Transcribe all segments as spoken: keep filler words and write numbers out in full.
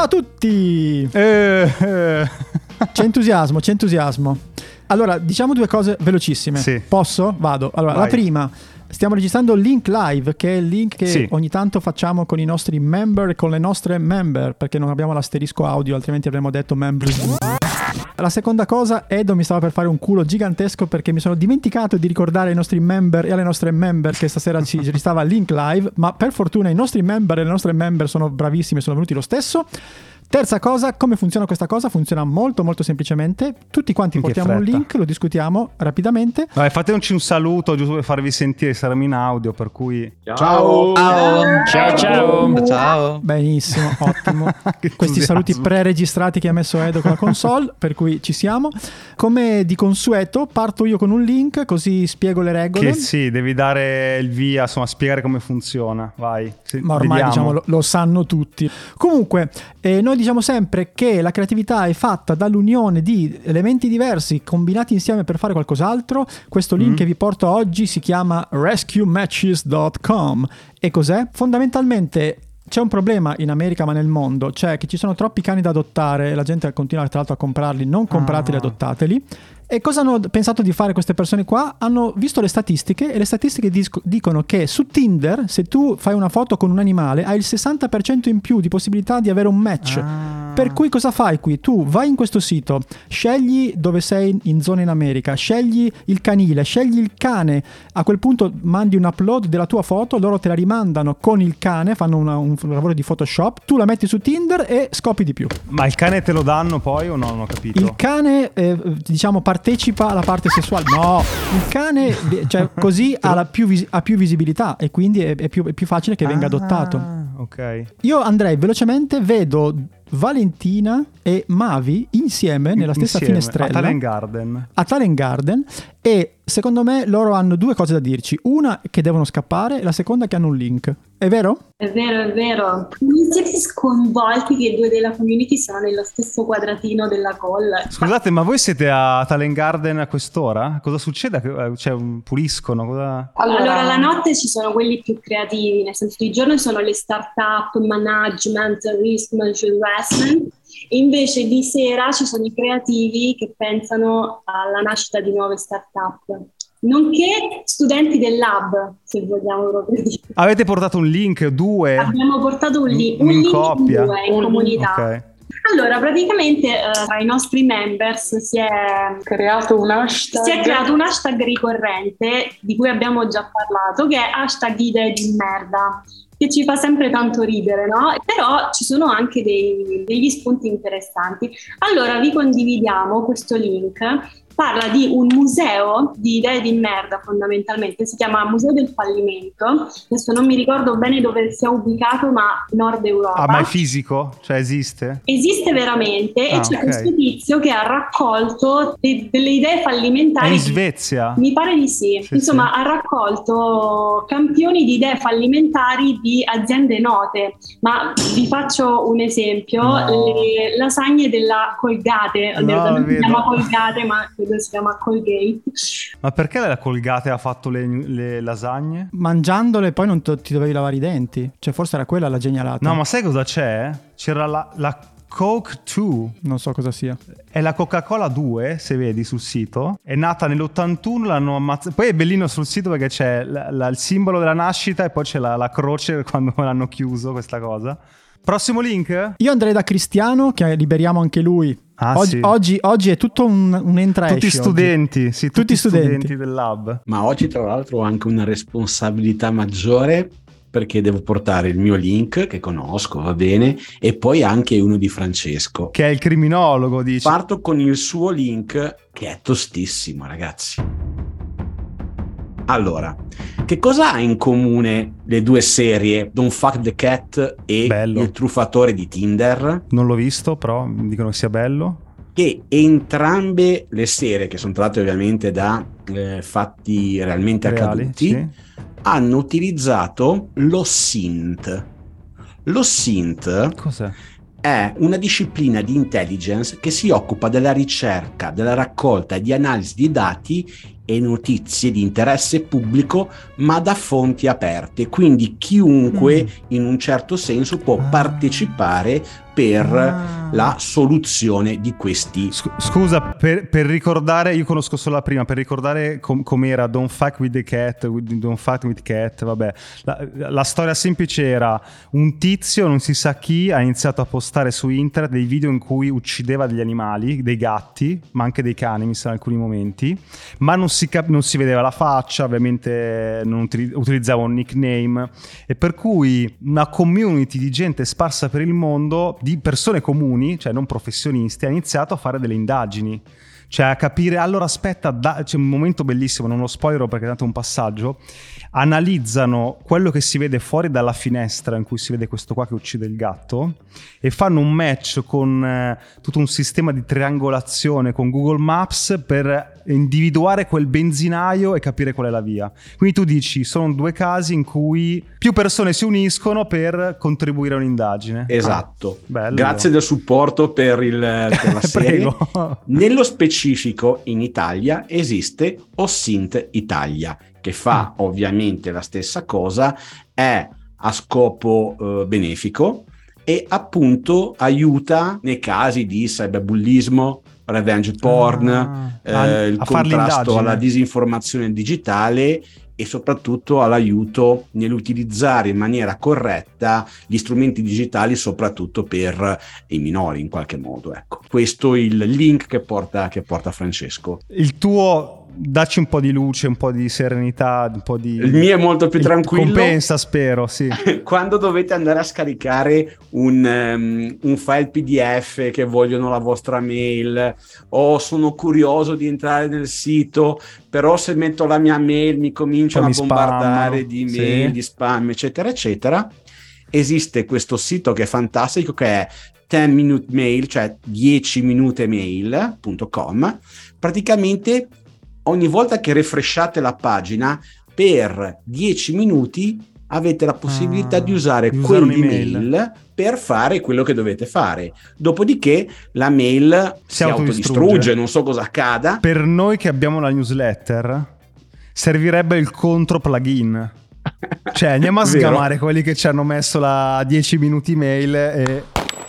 Ciao a tutti! Eh, eh. C'è entusiasmo, c'è entusiasmo. Allora, diciamo due cose velocissime. Sì. Posso? Vado. Allora, Vai. la prima, stiamo registrando Link Live, che è il link che Sì. ogni tanto facciamo con i nostri member e con le nostre member, perché non abbiamo l'asterisco audio, altrimenti avremmo detto members. La seconda cosa, Edo mi stava per fare un culo gigantesco perché mi sono dimenticato di ricordare ai nostri member e alle nostre member che stasera ci restava Link Live, ma per fortuna i nostri member e le nostre member sono bravissimi e sono venuti lo stesso. Terza cosa, come funziona questa cosa? Funziona molto molto semplicemente. Tutti quanti In che portiamo un fretta. link, lo discutiamo rapidamente. Vabbè, fateci un saluto giusto per farvi sentire, saremo in audio, per cui Ciao. Ciao. Ciao, ciao. Ciao. Benissimo, ottimo. Che Questi entusiasmo. saluti pre-registrati che ha messo Edo con la console, per cui ci siamo. Come di consueto, parto io con un link, così spiego le regole. Che sì, devi dare il via, insomma, spiegare come funziona. Vai. Sì, Ma ormai vediamo. diciamo lo, lo sanno tutti. Comunque, eh, noi diciamo sempre che la creatività è fatta dall'unione di elementi diversi combinati insieme per fare qualcos'altro. Questo link Mm. che vi porto oggi si chiama rescue matches dot com. E cos'è? Fondamentalmente c'è un problema in America ma nel mondo, cioè che ci sono troppi cani da adottare e la gente continua tra l'altro a comprarli. Non comprateli, Ah. adottateli. E cosa hanno pensato di fare queste persone qua? Hanno visto le statistiche e le statistiche dis- dicono che su Tinder, se tu fai una foto con un animale, hai il sessanta per cento in più di possibilità di avere un match. Ah. Per cui cosa fai qui? Tu vai in questo sito, scegli dove sei in zona in America, scegli il canile, scegli il cane, a quel punto mandi un upload della tua foto, loro te la rimandano con il cane, fanno una- un, un lavoro di Photoshop, tu la metti su Tinder e scopri di più. Ma il cane te lo danno poi o no? Non ho capito. Il cane, eh, diciamo, partecipa alla parte sessuale. No, il cane, cioè, così ha, la più vis- ha più visibilità e quindi è, è più, è più facile che venga adottato. Ah, ok. Io andrei velocemente, vedo Valentina e Mavi insieme nella stessa Insieme, finestrella a Talent Garden. a Talent Garden, e secondo me loro hanno due cose da dirci: una che devono scappare e la seconda che hanno un link. È vero? È vero, è vero. Non siete sconvolti che due della community sono nello stesso quadratino della call? Scusate, ma voi siete a Talent Garden a quest'ora? Cosa succede? Che- Cioè, puliscono? Cosa... Allora, la notte ci sono quelli più creativi, nel senso di giorno sono le start-up, management, risk management, e invece di sera ci sono i creativi che pensano alla nascita di nuove start-up, nonché studenti del lab, se vogliamo proprio dire. Avete portato un link? Due? Abbiamo portato un, li- Un- un in link coppia? in due, in comunità. Ok. Allora, praticamente eh, tra i nostri members si è Creato un hashtag. Si è creato un hashtag ricorrente di cui abbiamo già parlato, che è hashtag idee di merda, che ci fa sempre tanto ridere, no? Però ci sono anche dei- degli spunti interessanti. Allora vi condividiamo questo link. Parla di un museo di idee di merda, fondamentalmente, si chiama Museo del Fallimento. Adesso non mi ricordo bene dove sia ubicato, ma Nord Europa. Ah, ma è fisico? Cioè, esiste? Esiste veramente, Ah, e c'è ok. questo tizio che ha raccolto de- delle idee È fallimentari. in di- Svezia? Mi pare di sì. Sì, Insomma, sì. ha raccolto campioni di idee fallimentari di aziende note. Ma vi faccio un esempio: No. le lasagne della Colgate. No, Non si vedo. chiama Colgate, ma credo si chiama Colgate. Ma perché la Colgate ha fatto le, le lasagne? Mangiandole poi non to- ti dovevi lavare i denti. Cioè, forse era quella la genialata. No, ma sai cosa c'è? C'era la, la Coke due. Non so cosa sia. È la Coca-Cola due, se vedi sul sito. È nata nell'ottantuno, l'hanno ammazzata. Poi è bellino sul sito perché c'è la- la- il simbolo della nascita e poi c'è la, la croce quando l'hanno chiuso, questa cosa. Prossimo link? Io andrei da Cristiano, che liberiamo anche lui. Ah, oggi, sì. oggi, oggi è tutto un, un entra-esci. Tutti oggi. studenti, sì, tutti, Tutti studenti. studenti del lab. Ma oggi tra l'altro ho anche una responsabilità maggiore, perché devo portare il mio link che conosco, va bene, e poi anche uno di Francesco. Che è il criminologo, dici. Parto con il suo link che è tostissimo, ragazzi. Allora, che cosa ha in comune le due serie Don't Fuck the Cat e Bello. Il truffatore di Tinder? Non l'ho visto, però mi dicono che sia bello. Che entrambe le serie, che sono tratte ovviamente da eh, fatti realmente Reali, accaduti, sì. hanno utilizzato lo synth. Lo synth Cos'è? è una disciplina di intelligence che si occupa della ricerca, della raccolta e di analisi di dati e notizie di interesse pubblico, ma da fonti aperte, quindi chiunque Mm. in un certo senso può Ah. partecipare per ah. la soluzione di questi. Scusa, per, per ricordare, io conosco solo la prima, per ricordare com- com'era Don't Fuck with the Cat, Don't Fuck with Cat, vabbè. La, la storia semplice era un tizio, non si sa chi, ha iniziato a postare su internet dei video in cui uccideva degli animali, dei gatti, ma anche dei cani, mi sa in alcuni momenti, ma non si, cap- non si vedeva la faccia, ovviamente non util- utilizzava un nickname, e per cui una community di gente sparsa per il mondo, di persone comuni, cioè non professionisti, ha iniziato a fare delle indagini, cioè a capire, allora aspetta, da, c'è un momento bellissimo, non lo spoilerò perché è tanto un passaggio, analizzano quello che si vede fuori dalla finestra in cui si vede questo qua che uccide il gatto e fanno un match con eh, tutto un sistema di triangolazione con Google Maps per individuare quel benzinaio e capire qual è la via. Quindi tu dici, sono due casi in cui più persone si uniscono per contribuire a un'indagine. Esatto. Ah, bello. Grazie del supporto per, il, per la serie. Prego. Nello specifico in Italia esiste Ossint Italia, che fa mm. ovviamente la stessa cosa, è a scopo eh, benefico e appunto aiuta nei casi di cyberbullismo, revenge porn, ah, eh, a, il a contrasto alla disinformazione digitale e soprattutto all'aiuto nell'utilizzare in maniera corretta gli strumenti digitali, soprattutto per i minori in qualche modo. Ecco, questo è il link che porta, che porta Francesco. Il tuo... Dacci un po' di luce, un po' di serenità, un po' di... Il mio è molto più tranquillo. Compensa, spero, sì. Quando dovete andare a scaricare un, um, un file P D F che vogliono la vostra mail, o sono curioso di entrare nel sito, però se metto la mia mail mi cominciano mi a bombardare spam, di mail, sì. di spam, eccetera, eccetera. Esiste questo sito che è fantastico, che è ten minute mail, cioè dieci minute mail punto com. Praticamente ogni volta che refreshate la pagina per dieci minuti avete la possibilità ah, di usare quell'email per fare quello che dovete fare. Dopodiché la mail si, si autodistrugge, non so cosa accada. Per noi che abbiamo la newsletter servirebbe il contro plugin. Cioè andiamo a sgamare quelli che ci hanno messo la dieci minuti mail e...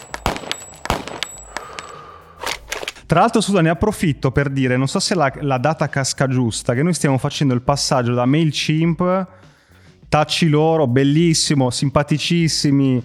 Tra l'altro, scusa, ne approfitto per dire, non so se la, la data casca giusta, che noi stiamo facendo il passaggio da MailChimp, tacci loro, bellissimo, simpaticissimi,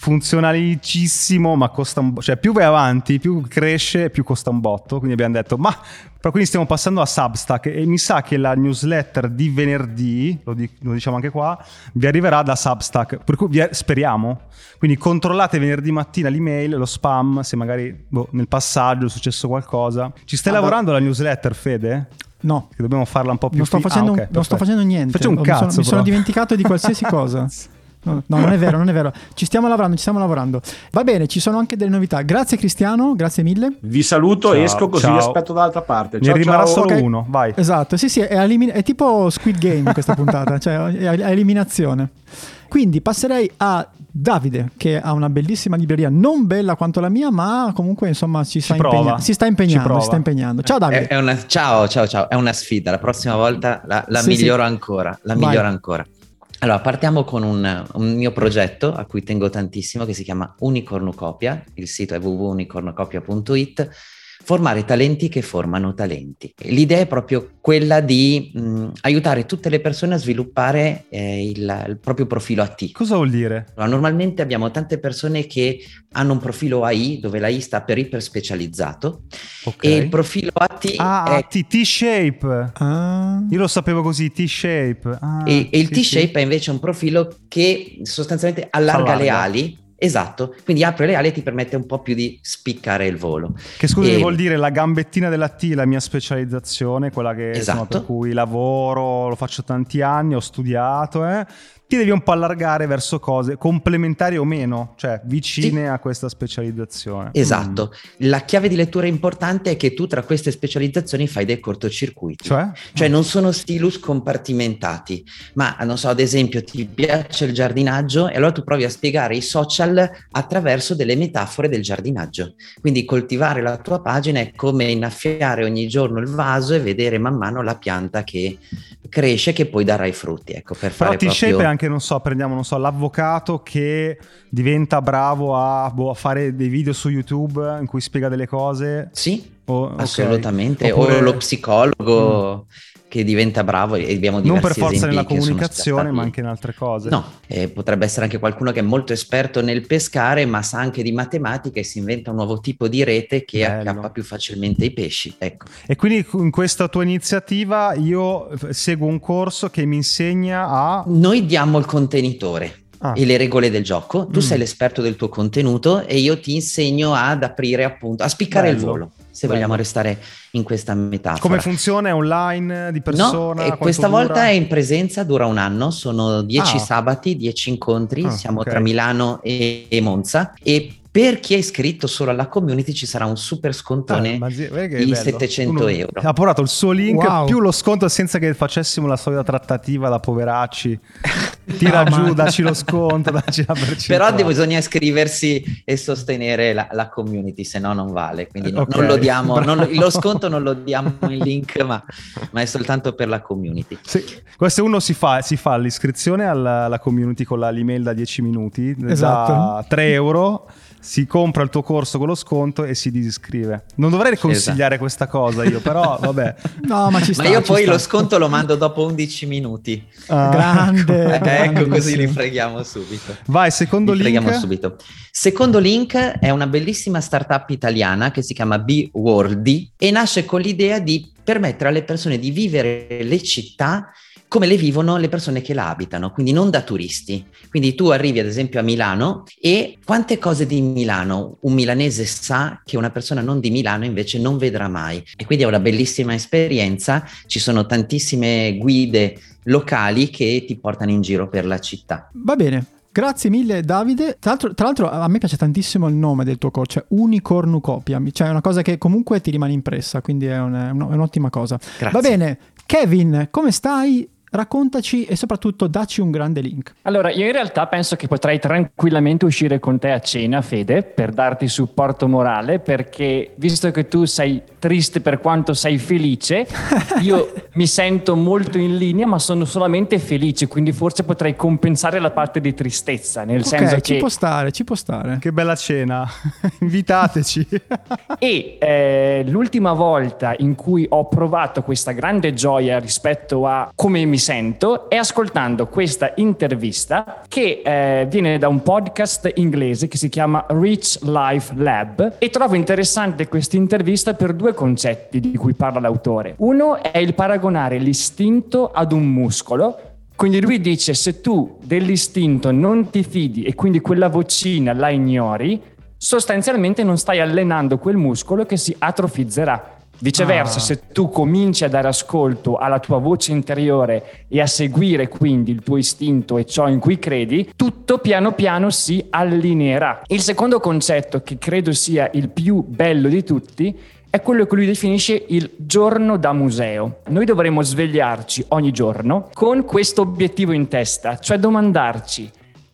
funzionalicissimo, ma costa un botto, cioè più vai avanti, più cresce, più costa un botto, quindi abbiamo detto, ma però quindi stiamo passando a Substack e mi sa che la newsletter di venerdì, lo, dic- lo diciamo anche qua, vi arriverà da Substack, per cui vi speriamo, quindi controllate venerdì mattina l'email, lo spam, se magari boh, nel passaggio è successo qualcosa. Ci stai ah, lavorando da... la newsletter, Fede? No, che dobbiamo farla un po' più non sto fi- facendo, ah, okay, non sto facendo niente. Faccio un mi cazzo, sono, mi sono dimenticato di qualsiasi cosa. No, no, non è vero, non è vero. Ci stiamo lavorando, ci stiamo lavorando. Va bene, ci sono anche delle novità. Grazie Cristiano, grazie mille. Vi saluto, ciao, esco così ciao. Vi aspetto dall'altra parte. Ne rimarrà solo okay. uno, vai. Esatto, sì sì, è, elimin- è tipo Squid Game questa puntata, cioè è, è eliminazione. Quindi passerei a Davide, che ha una bellissima libreria, non bella quanto la mia, ma comunque insomma ci sta impegna- si sta impegnando, si sta impegnando. Ciao Davide. È, è una, ciao, ciao, ciao, è una sfida, la prossima volta la, la sì, miglioro sì. ancora, la Vai. miglioro ancora. Allora, partiamo con un, un mio progetto a cui tengo tantissimo, che si chiama Unicornucopia, il sito è w w w punto unicornucopia punto i t, formare talenti che formano talenti. L'idea è proprio quella di mh, aiutare tutte le persone a sviluppare eh, il, il proprio profilo A T. Cosa vuol dire? Allora, normalmente abbiamo tante persone che hanno un profilo A I, dove la I sta per iperspecializzato, okay. E il profilo A T ah, è... T- T-shape. Ah. Io lo sapevo così, T-shape. Ah, e, e il sì, T-shape sì. è invece un profilo che sostanzialmente allarga, allarga. le ali. Esatto, quindi apre le ali e ti permette un po' più di spiccare il volo. Che scusi, e... vuol dire la gambettina della T, la mia specializzazione, quella che esatto. insomma, per cui lavoro, lo faccio tanti anni, ho studiato, eh. Ti devi un po' allargare verso cose complementari o meno, cioè vicine sì. a questa specializzazione. Esatto, mm. La chiave di lettura importante è che tu tra queste specializzazioni fai dei cortocircuiti, cioè, cioè non sono stilus compartimentati, ma non so, ad esempio ti piace il giardinaggio e allora tu provi a spiegare i social attraverso delle metafore del giardinaggio, quindi coltivare la tua pagina è come innaffiare ogni giorno il vaso e vedere man mano la pianta che cresce, che poi darà i frutti, ecco, per Però fare T-Shape proprio... è anche, non so, prendiamo, non so, l'avvocato che diventa bravo a, boh, a fare dei video su YouTube in cui spiega delle cose. Sì, oh, okay. assolutamente. Oppure... o lo psicologo mm. che diventa bravo, e abbiamo diversi non per forza nella esempi comunicazione, stati... ma anche in altre cose. No, eh, potrebbe essere anche qualcuno che è molto esperto nel pescare, ma sa anche di matematica e si inventa un nuovo tipo di rete che Bello. acchiappa più facilmente i pesci, ecco. E quindi in questa tua iniziativa io seguo un corso che mi insegna a... Noi diamo il contenitore ah. e le regole del gioco, tu mm. sei l'esperto del tuo contenuto e io ti insegno ad aprire, appunto, a spiccare Bello. il volo, se Bello. vogliamo restare in questa metafora. Come funziona? È online, di persona? No, e questa dura? volta è in presenza, dura un anno, sono dieci ah. sabati, dieci incontri, ah, siamo okay. tra Milano e, e Monza, e per chi è iscritto solo alla community ci sarà un super scontone ah, zi- di bello. settecento euro. Ha portato il suo link wow. più lo sconto senza che facessimo la solita trattativa da poveracci. Tira no, giù, ma... dacci lo sconto, dacci la percentuale. Però bisogna iscriversi e sostenere la, la community, se no non vale. Quindi no, okay. non lo diamo, non lo, lo sconto non lo diamo in link, ma, ma è soltanto per la community. Sì. Questo uno si fa, si fa l'iscrizione alla, alla community con la, l'email da dieci minuti, esatto. da tre euro. Si compra il tuo corso con lo sconto e si disiscrive. Non dovrei consigliare esatto. questa cosa io, però vabbè. No, ma ci sta. Ma io ci poi sta. lo sconto lo mando dopo undici minuti. Ah. Grande. Eh, ecco, così li freghiamo subito. Vai, secondo li link. Freghiamo subito. Secondo link è una bellissima startup italiana che si chiama Be Worldy e nasce con l'idea di permettere alle persone di vivere le città come le vivono le persone che la abitano, quindi non da turisti. Quindi tu arrivi ad esempio a Milano e quante cose di Milano un milanese sa che una persona non di Milano invece non vedrà mai. E quindi è una bellissima esperienza, ci sono tantissime guide locali che ti portano in giro per la città. Va bene. Grazie mille Davide. Tra l'altro, tra l'altro a me piace tantissimo il nome del tuo corso, cioè Unicornucopia, cioè è una cosa che comunque ti rimane impressa, quindi è, un, è un'ottima cosa. Grazie. Va bene, Kevin, come stai? Raccontaci e soprattutto dacci un grande link. Allora, io in realtà penso che potrei tranquillamente uscire con te a cena, Fede, per darti supporto morale, perché visto che tu sei triste per quanto sei felice, io mi sento molto in linea, ma sono solamente felice, quindi forse potrei compensare la parte di tristezza, nel okay, senso ci che... ci può stare, ci può stare. Che bella cena, invitateci. E eh, l'ultima volta in cui ho provato questa grande gioia rispetto a come mi sento è ascoltando questa intervista che eh, viene da un podcast inglese che si chiama Rich Life Lab, e trovo interessante questa intervista per due concetti di cui parla l'autore. Uno è il paragonare l'istinto ad un muscolo. Quindi lui dice: se tu dell'istinto non ti fidi e quindi quella vocina la ignori, sostanzialmente non stai allenando quel muscolo che si atrofizzerà. Viceversa, ah. se tu cominci a dare ascolto alla tua voce interiore e a seguire quindi il tuo istinto e ciò in cui credi, tutto piano piano si allineerà. Il secondo concetto, che credo sia il più bello di tutti, è quello che lui definisce il giorno da museo. Noi dovremo svegliarci ogni giorno con questo obiettivo in testa, cioè domandarci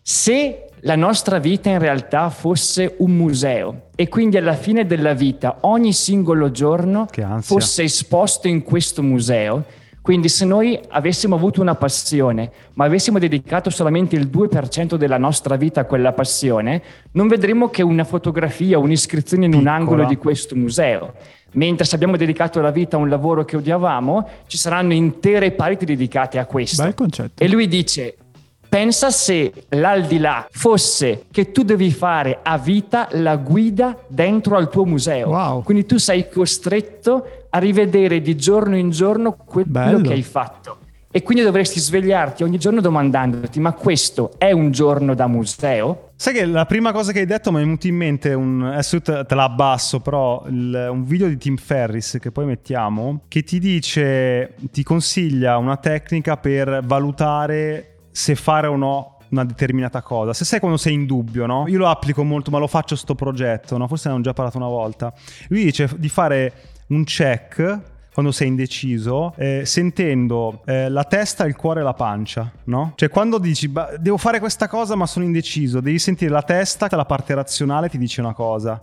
se la nostra vita in realtà fosse un museo e quindi alla fine della vita ogni singolo giorno fosse esposto in questo museo. Quindi se noi avessimo avuto una passione ma avessimo dedicato solamente il due per cento della nostra vita a quella passione, non vedremo che una fotografia o un'iscrizione in Piccola. un angolo di questo museo. Mentre se abbiamo dedicato la vita a un lavoro che odiavamo, ci saranno intere parti dedicate a questo. Bel concetto. E lui dice: pensa se l'aldilà fosse che tu devi fare a vita la guida dentro al tuo museo. Wow. Quindi tu sei costretto a rivedere di giorno in giorno quello Bello. che hai fatto. E quindi dovresti svegliarti ogni giorno domandandoti: ma questo è un giorno da museo? Sai che la prima cosa che hai detto mi è venuto in mente, un, adesso te, te la abbasso, però il, un video di Tim Ferriss che poi mettiamo, che ti dice, ti consiglia una tecnica per valutare se fare o no una determinata cosa. Se sai quando sei in dubbio, no? Io lo applico molto, ma lo faccio sto progetto, no? Forse ne ho già parlato una volta. Lui dice di fare un check quando sei indeciso, eh, sentendo eh, la testa, il cuore e la pancia, no? Cioè quando dici bah, devo fare questa cosa ma sono indeciso, devi sentire la testa, la parte razionale ti dice una cosa,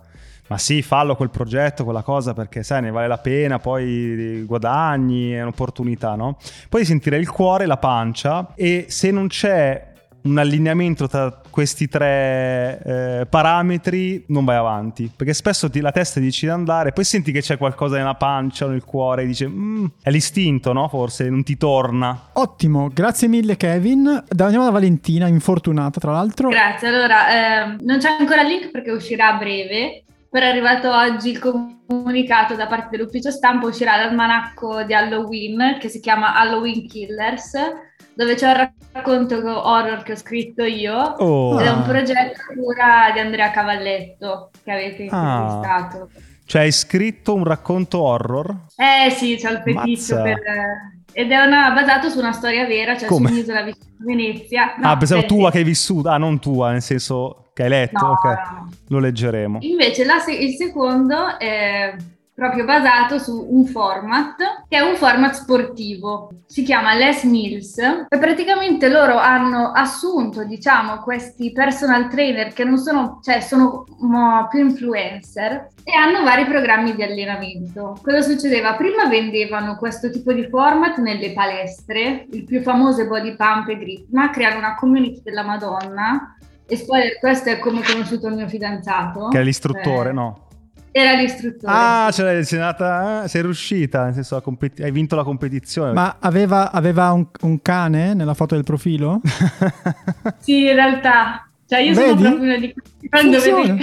Ma sì, fallo quel progetto, quella cosa, perché sai, ne vale la pena, poi guadagni, è un'opportunità, no? Poi sentire il cuore, la pancia, e se non c'è un allineamento tra questi tre eh, parametri non vai avanti, perché spesso ti, la testa dici di andare, poi senti che c'è qualcosa nella pancia o nel cuore e dici mm, è l'istinto, no? Forse non ti torna. Ottimo, grazie mille Kevin. Andiamo da Valentina, infortunata tra l'altro. Grazie, allora eh, non c'è ancora il link perché uscirà a breve, però è arrivato oggi il comunicato da parte dell'ufficio stampa, uscirà l'almanacco di Halloween che si chiama Halloween Killers, dove c'è un racconto horror che ho scritto io, oh. ed è un progetto cura di Andrea Cavalletto che avete intervistato. Ah. Cioè hai scritto un racconto horror? Eh sì, c'ho il feticcio per... Ed è una, basato su una storia vera, cioè Come? su un'isola vicino a Venezia. No, ah, pensavo perché... tua che hai vissuto. Ah, non tua, nel senso che hai letto. No, ok, no. Lo leggeremo. Invece la, il secondo è proprio basato su un format che è un format sportivo, si chiama Les Mills, e praticamente loro hanno assunto, diciamo, questi personal trainer che non sono, cioè sono mo, più influencer, e hanno vari programmi di allenamento. Cosa succedeva? Prima vendevano questo tipo di format nelle palestre, il più famoso è Body Pump e Grip, ma creano una community della Madonna, e spoiler, questo è come ho conosciuto il mio fidanzato. Che è l'istruttore, eh, no? Era l'istruttore. Ah, cioè, sei, andata, sei riuscita, nel senso competi- hai vinto la competizione. Ma aveva, aveva un, un cane nella foto del profilo? Sì, in realtà. Cioè io Vedi? sono proprio una di questi quando Funziona. vedi...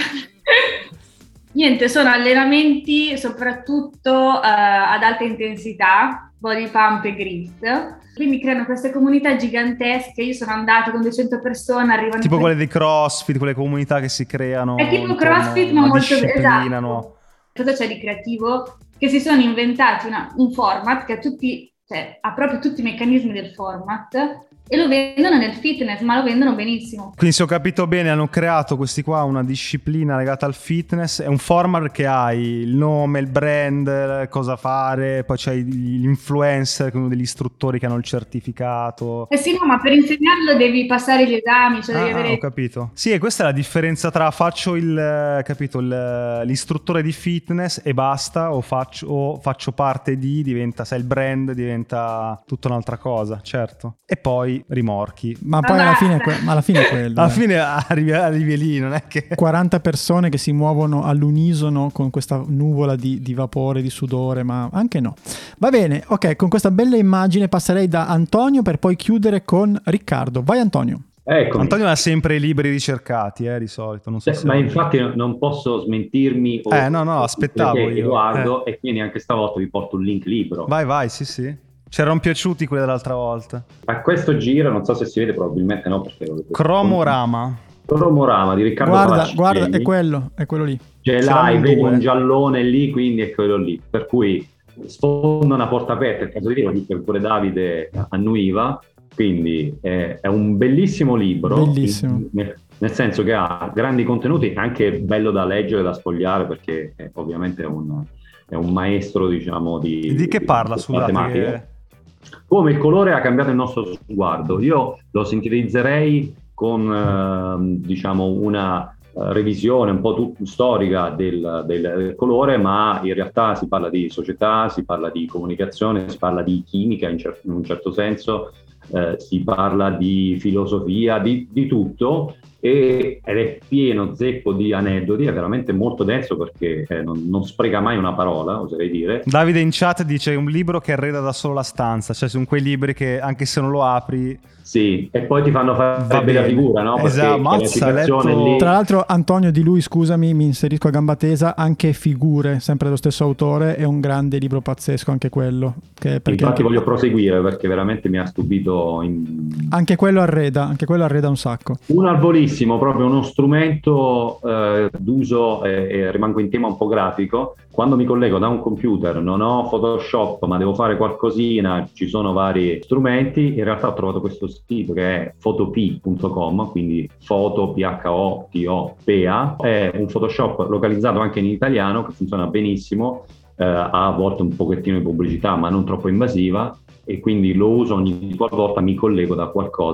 Niente, sono allenamenti soprattutto uh, ad alta intensità, body pump e grit. Quindi creano queste comunità gigantesche. Io sono andata con duecento persone, arrivano... Tipo in... quelle di CrossFit, quelle comunità che si creano. È tipo CrossFit, ma molto... Esatto. No? Cosa c'è di creativo? Che si sono inventati una, un format che ha tutti, cioè, ha proprio tutti i meccanismi del format, e lo vendono nel fitness, ma lo vendono benissimo. Quindi se ho capito bene, hanno creato questi qua una disciplina legata al fitness, è un format che hai il nome, il brand, cosa fare, poi c'hai gli influencer, uno degli istruttori che hanno il certificato. Eh sì, no, ma per insegnarlo devi passare gli esami, cioè devi Ah, avere... ho capito. Sì, e questa è la differenza tra faccio il, capito, il, l'istruttore di fitness e basta, o faccio, o faccio parte di, diventa, sai, il brand diventa tutta un'altra cosa, certo. E poi rimorchi. Ma poi alla fine, è que- ma alla fine è quello. Alla eh. fine arrivi, arrivi lì, non è che... quaranta persone che si muovono all'unisono con questa nuvola di, di vapore, di sudore, ma anche no. Va bene, ok, con questa bella immagine passerei da Antonio per poi chiudere con Riccardo. Vai Antonio. Eccomi. Antonio ha sempre i libri ricercati, eh, di solito. Non so Eh, se ma lo- infatti non posso smentirmi o, Eh, no, no, aspettavo perché io. Edoardo, Eh. e quindi anche stavolta vi porto un link libro. Vai, vai, sì, sì. Ci erano piaciuti quelli dell'altra volta. A questo giro, non so se si vede, probabilmente no, perché lo- Cromorama. Cromorama di Riccardo Guarda, Palaccioni. guarda, è quello, è quello lì. Ce C'erano l'hai, vedi due. un giallone lì, quindi è quello lì. Per cui sfonda una porta aperta, il caso di dire, perché pure Davide annuiva, quindi è, è un bellissimo libro. Bellissimo. Nel, nel senso che ha grandi contenuti, anche bello da leggere, da sfogliare, perché è, ovviamente è un, è un maestro, diciamo, di... E di che parla, di scusate? matematica. Che... Come il colore ha cambiato il nostro sguardo. Io lo sintetizzerei con eh, diciamo una eh, revisione un po' tut- storica del, del, del colore, ma in realtà si parla di società, si parla di comunicazione, si parla di chimica in, cer- in un certo senso, eh, si parla di filosofia, di, di tutto, e, ed è pieno zeppo di aneddoti, è veramente molto denso perché eh, non, non spreca mai una parola, oserei dire. Davide in chat dice un libro che arreda da solo la stanza, cioè sono quei libri che anche se non lo apri... Sì, e poi ti fanno fare Va bella bene. figura, no? Perché Esatto, mazza, pianificazione letto- lì... Tra l'altro Antonio, di lui, scusami, mi inserisco a gamba tesa, anche Figure, sempre dello stesso autore, è un grande libro pazzesco anche quello. Che perché Infatti anche, voglio proseguire perché veramente mi ha stupito. In... anche quello arreda, anche quello arreda un sacco. Un al volissimo, proprio uno strumento eh, d'uso, e, e rimango in tema un po' grafico. Quando mi collego da un computer, non ho Photoshop, ma devo fare qualcosina, ci sono vari strumenti. In realtà ho trovato questo sito che è photop punto com, quindi foto, P H O T O P A. È un Photoshop localizzato anche in italiano che funziona benissimo, eh, ha a volte un pochettino di pubblicità, ma non troppo invasiva, e quindi lo uso ogni qualvolta mi collego da qualcosa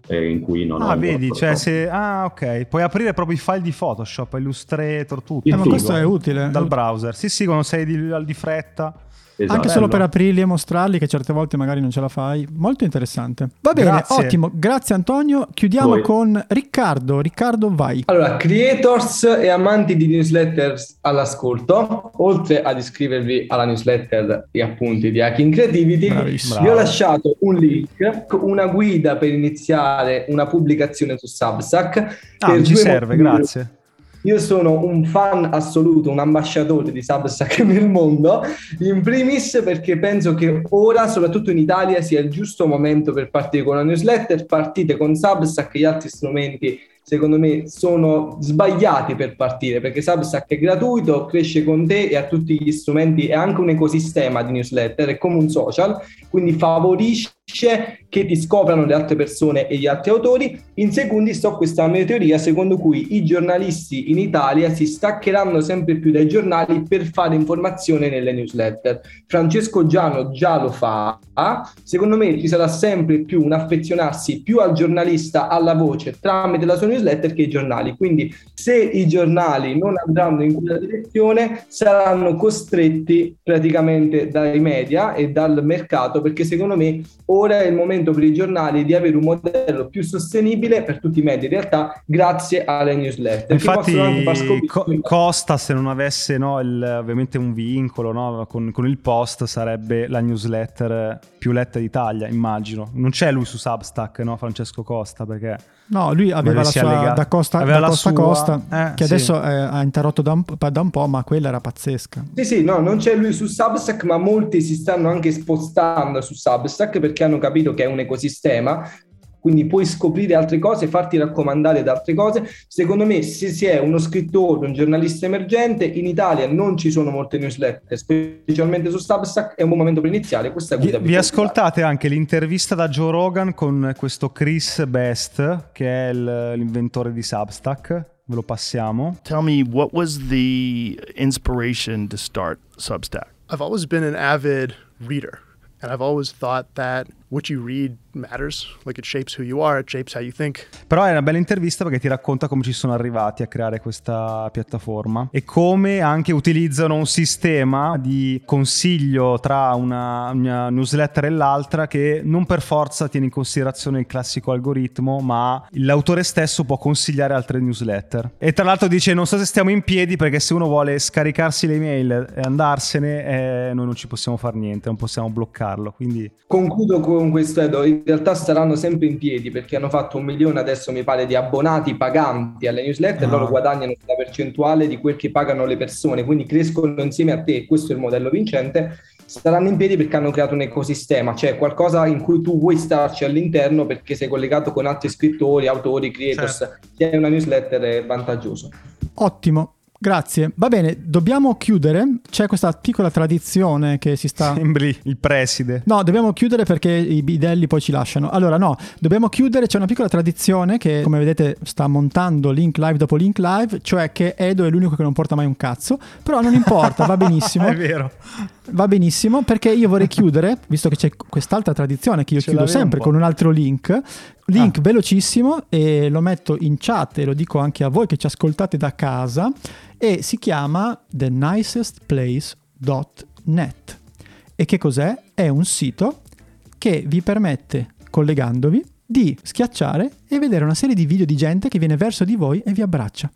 eh, in cui non Ah, ho vedi, cioè troppo. se... Ah, ok. Puoi aprire proprio i file di Photoshop, Illustrator, tutto. Sì, Eh, ma figo. questo è utile. Dal browser. Sì, sì, quando sei di, di fretta. Esatto. Anche solo Bello. per aprirli e mostrarli, che certe volte magari non ce la fai. Molto interessante. Va bene, Grazie. ottimo. Grazie Antonio. Chiudiamo Voi. con Riccardo. Riccardo, vai. Allora, creators e amanti di newsletters all'ascolto, oltre ad iscrivervi alla newsletter e appunti di Hacking Creativity, Bravissimo. vi ho lasciato un link, una guida per iniziare una pubblicazione su Substack. Ah, per ci due serve, motivi. grazie. Io sono un fan assoluto, un ambasciatore di Substack nel mondo, in primis perché penso che ora, soprattutto in Italia, sia il giusto momento per partire con una newsletter. Partite con Substack, gli altri strumenti secondo me sono sbagliati per partire, perché Substack è gratuito, cresce con te e ha tutti gli strumenti, è anche un ecosistema di newsletter, è come un social, quindi favorisce che ti scoprano le altre persone e gli altri autori. In secondi sto questa mia teoria secondo cui i giornalisti in Italia si staccheranno sempre più dai giornali per fare informazione nelle newsletter. Francesco Giano già lo fa, secondo me ci sarà sempre più un affezionarsi più al giornalista, alla voce tramite la sua newsletter che i giornali, quindi se i giornali non andranno in quella direzione saranno costretti praticamente dai media e dal mercato, perché secondo me ora è il momento per i giornali di avere un modello più sostenibile per tutti i media in realtà, grazie alle newsletter. Infatti che possono anche far scoprire- co- Costa, se non avesse no, il, ovviamente un vincolo no, con, con il post, sarebbe la newsletter più letta d'Italia, immagino. Non c'è lui su Substack, no, Francesco Costa, perché No, lui aveva Magari la si è sua allegato. da costa Aveva da la costa, sua- costa eh, che sì. adesso eh, ha interrotto da un, da un po', ma quella era pazzesca. Sì, sì, no, non c'è lui su Substack, ma molti si stanno anche spostando su Substack perché hanno capito che è un ecosistema, quindi puoi scoprire altre cose, farti raccomandare da altre cose. Secondo me, se si è uno scrittore, un giornalista emergente, in Italia non ci sono molte newsletter, specialmente su Substack, è un buon momento per iniziare. Questa Vi, guida vi ascoltate anche l'intervista da Joe Rogan con questo Chris Best, che è il- l'inventore di Substack. Ve lo passiamo. Tell me, what was the inspiration to start Substack? I've always been an avid reader, and I've always thought that what you read matters. Like, it shapes who you are, it shapes how you think. Però è una bella intervista perché ti racconta come ci sono arrivati a creare questa piattaforma e come anche utilizzano un sistema di consiglio tra una, una newsletter e l'altra che non per forza tiene in considerazione il classico algoritmo, ma l'autore stesso può consigliare altre newsletter. E tra l'altro dice: non so se stiamo in piedi, perché se uno vuole scaricarsi le email e andarsene, eh, noi non ci possiamo fare niente, non possiamo bloccarlo. Quindi Concludo con questo, Edo. In realtà saranno sempre in piedi perché hanno fatto un milione adesso mi pare di abbonati paganti alle newsletter, Ah. loro guadagnano la percentuale di quel che pagano le persone, quindi crescono insieme a te, questo è il modello vincente. Saranno in piedi perché hanno creato un ecosistema, cioè qualcosa in cui tu vuoi starci all'interno perché sei collegato con altri scrittori, autori, creators. Certo. Se hai una newsletter è vantaggioso. Ottimo. Grazie. Va bene, dobbiamo chiudere. C'è questa piccola tradizione che si sta... sembri il preside. No, dobbiamo chiudere perché i bidelli poi ci lasciano. Allora no, dobbiamo chiudere. C'è una piccola tradizione che, come vedete, sta montando link live dopo link live, cioè che Edo è l'unico che non porta mai un cazzo. Però non importa, va benissimo. È vero. Va benissimo, perché io vorrei chiudere, visto che c'è quest'altra tradizione che io Ce chiudo l'avevo sempre un po'. con un altro link. Link Ah. velocissimo, e lo metto in chat e lo dico anche a voi che ci ascoltate da casa, e si chiama the nicest place dot net. E che cos'è? È un sito che vi permette, collegandovi, di schiacciare e vedere una serie di video di gente che viene verso di voi e vi abbraccia.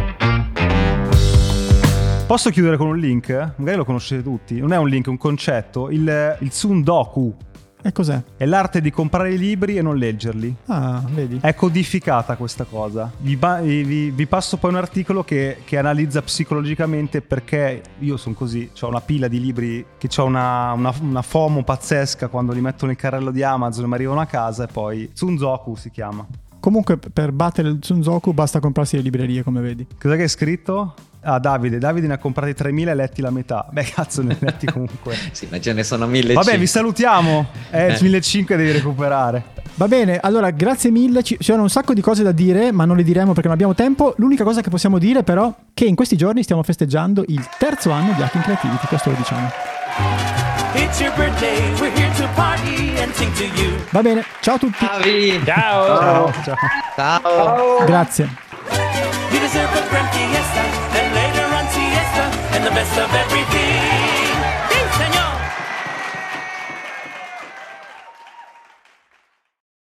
Posso chiudere con un link? Magari lo conoscete tutti. Non è un link, è un concetto. Il, il Tsundoku. E cos'è? È l'arte di comprare i libri e non leggerli. Ah, vedi? È codificata questa cosa. Vi, ba- vi- vi passo poi un articolo che, che analizza psicologicamente perché io sono così. Ho una pila di libri che ho una, una, una FOMO pazzesca quando li metto nel carrello di Amazon e mi arrivano a casa, e poi Tsundoku si chiama. Comunque, per battere il Tsundoku basta comprarsi le librerie, come vedi. Cos'è che è scritto? Ah, Davide. Davide ne ha comprati tremila e letti la metà. Beh, cazzo, ne letti comunque. Sì, ma ce ne sono mille. Vabbè, vi salutiamo. Eh, il millecinquecento devi recuperare. Va bene, allora grazie mille, ci ci sono un sacco di cose da dire, ma non le diremo perché non abbiamo tempo. L'unica cosa che possiamo dire però è che in questi giorni stiamo festeggiando il terzo anno di Hacking Creativity, questo lo diciamo. It's your birthday, we're here to party and sing to you. Va bene, ciao a tutti. Ciao. Ciao. Ciao. Ciao. Grazie. You deserve a grand fiesta and later on siesta and the best of everything.